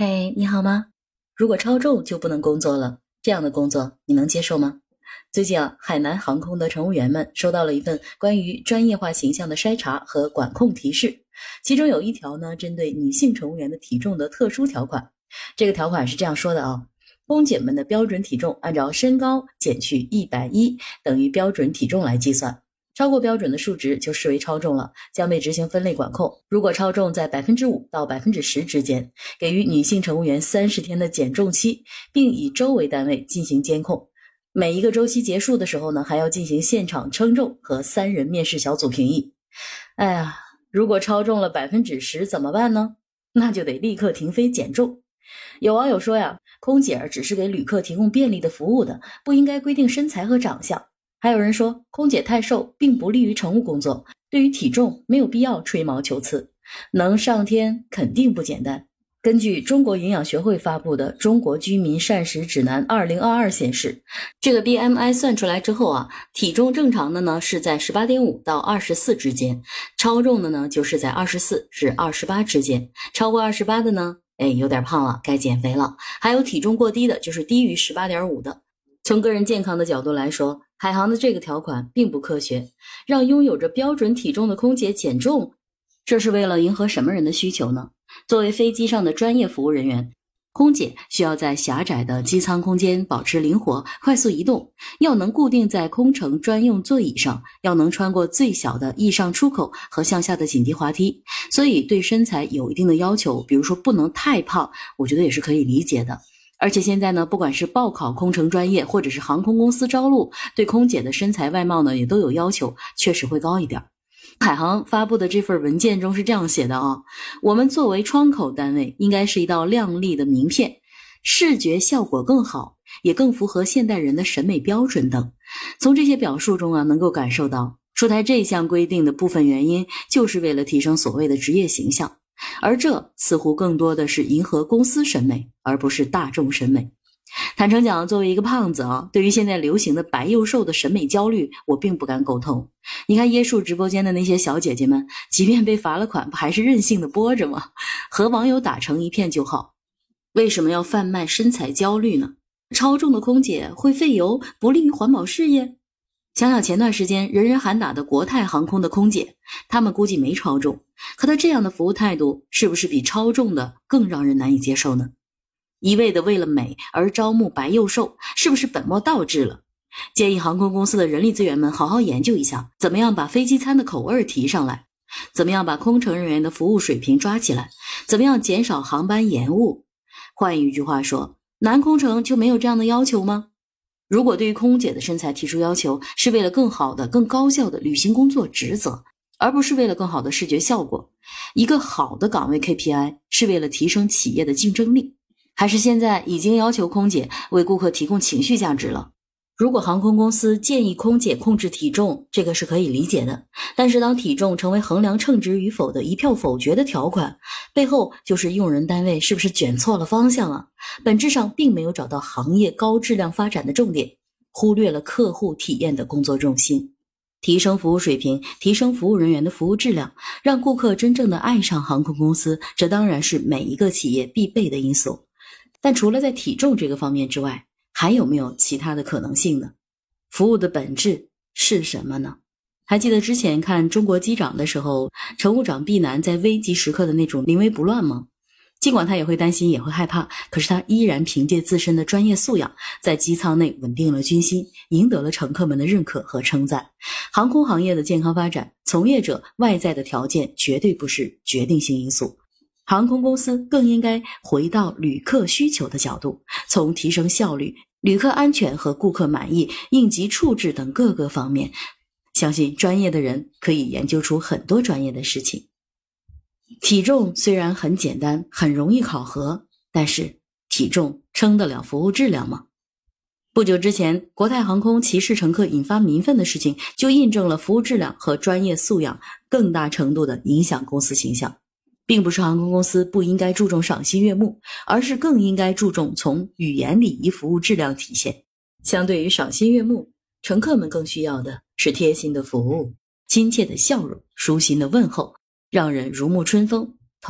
嘿，你好吗？如果超重就不能工作了，这样的工作你能接受吗？最近海南航空的乘务员们收到了一份关于专业化形象的筛查和管控提示，其中有一条呢，针对女性乘务员的体重的特殊条款。这个条款是这样说的啊，空姐们的标准体重按照身高减去110等于标准体重来计算。超过标准的数值就视为超重了，将被执行分类管控。如果超重在 5% 到 10% 之间，给予女性乘务员30天的减重期，并以周为单位进行监控。每一个周期结束的时候呢，还要进行现场称重和3人面试小组评议。哎呀，如果超重了 10% 怎么办呢？那就得立刻停飞减重。有网友说呀，空姐只是给旅客提供便利的服务的，不应该规定身材和长相。还有人说，空姐太瘦并不利于乘务工作，对于体重没有必要吹毛求疵，能上天肯定不简单。根据中国营养学会发布的《中国居民膳食指南2022》显示，这个 BMI 算出来之后啊，体重正常的呢是在 18.5 到24之间，超重的呢就是在24至28之间，超过28的呢，有点胖了，该减肥了。还有体重过低的，就是低于 18.5 的。从个人健康的角度来说，海航的这个条款并不科学，让拥有着标准体重的空姐减重，这是为了迎合什么人的需求呢？作为飞机上的专业服务人员，空姐需要在狭窄的机舱空间保持灵活、快速移动，要能固定在空乘专用座椅上，要能穿过最小的翼上出口和向下的紧急滑梯，所以对身材有一定的要求，比如说不能太胖，我觉得也是可以理解的。而且现在呢，不管是报考空乘专业，或者是航空公司招录，对空姐的身材外貌呢也都有要求，确实会高一点。海航发布的这份文件中是这样写的啊，我们作为窗口单位，应该是一道亮丽的名片，视觉效果更好，也更符合现代人的审美标准等。从这些表述中啊，能够感受到出台这项规定的部分原因，就是为了提升所谓的职业形象。而这似乎更多的是迎合公司审美，而不是大众审美。坦诚讲，作为一个胖子啊，对于现在流行的白又瘦的审美焦虑，我并不敢苟同。你看椰树直播间的那些小姐姐们，即便被罚了款，不还是任性的播着吗？和网友打成一片就好。为什么要贩卖身材焦虑呢？超重的空姐会费油，不利于环保事业？想想前段时间人人喊打的国泰航空的空姐，他们估计没超重，可她这样的服务态度是不是比超重的更让人难以接受呢？一味的为了美而招募白幼瘦，是不是本末倒置了？建议航空公司的人力资源们好好研究一下，怎么样把飞机餐的口味提上来，怎么样把空乘人员的服务水平抓起来，怎么样减少航班延误。换一句话说，男空乘就没有这样的要求吗？如果对于空姐的身材提出要求，是为了更好的、更高效的履行工作职责，而不是为了更好的视觉效果。一个好的岗位 KPI 是为了提升企业的竞争力，还是现在已经要求空姐为顾客提供情绪价值了？如果航空公司建议空姐控制体重，这个是可以理解的。但是当体重成为衡量称职与否的一票否决的条款，背后就是用人单位是不是卷错了方向啊？本质上并没有找到行业高质量发展的重点，忽略了客户体验的工作重心。提升服务水平，提升服务人员的服务质量，让顾客真正的爱上航空公司，这当然是每一个企业必备的因素。但除了在体重这个方面之外，还有没有其他的可能性呢？服务的本质是什么呢？还记得之前看中国机长的时候，乘务长毕楠在危急时刻的那种临危不乱吗？尽管他也会担心，也会害怕，可是他依然凭借自身的专业素养，在机舱内稳定了军心，赢得了乘客们的认可和称赞。航空行业的健康发展，从业者外在的条件绝对不是决定性因素。航空公司更应该回到旅客需求的角度，从提升效率、旅客安全和顾客满意、应急处置等各个方面，相信专业的人可以研究出很多专业的事情。体重虽然很简单，很容易考核，但是体重撑得了服务质量吗？不久之前，国泰航空歧视乘客引发民愤的事情，就印证了服务质量和专业素养更大程度地影响公司形象。并不是航空公司不应该注重赏心悦目，而是更应该注重从语言礼仪服务质量体现。相对于赏心悦目，乘客们更需要的是贴心的服务、亲切的笑容、舒心的问候，让人如沐春风，同样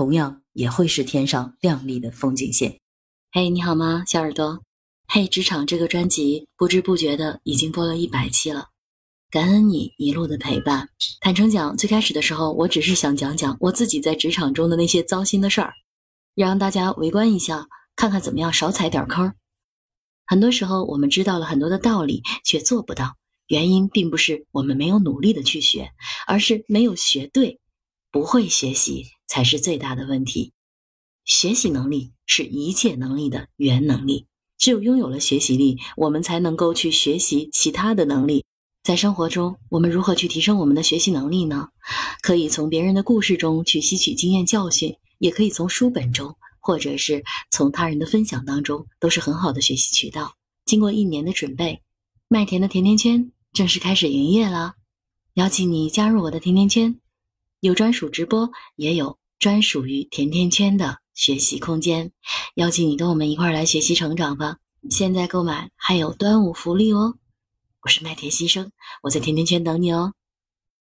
也会是天上亮丽的风景线。嘿，你好吗，小耳朵？嘿，职场这个专辑不知不觉的已经播了100期了，感恩你一路的陪伴。坦诚讲，最开始的时候，我只是想讲讲我自己在职场中的那些糟心的事儿，让大家围观一下，看看怎么样少踩点坑。很多时候我们知道了很多的道理，却做不到，原因并不是我们没有努力的去学，而是没有学对，不会学习才是最大的问题。学习能力是一切能力的原能力，只有拥有了学习力，我们才能够去学习其他的能力。在生活中，我们如何去提升我们的学习能力呢？可以从别人的故事中去吸取经验教训，也可以从书本中，或者是从他人的分享当中，都是很好的学习渠道。经过1年的准备，麦田的甜甜圈正式开始营业了，邀请你加入我的甜甜圈，有专属直播，也有专属于甜甜圈的学习空间，邀请你跟我们一块来学习成长吧。现在购买还有端午福利哦。我是麦田新生，我在甜甜圈等你哦。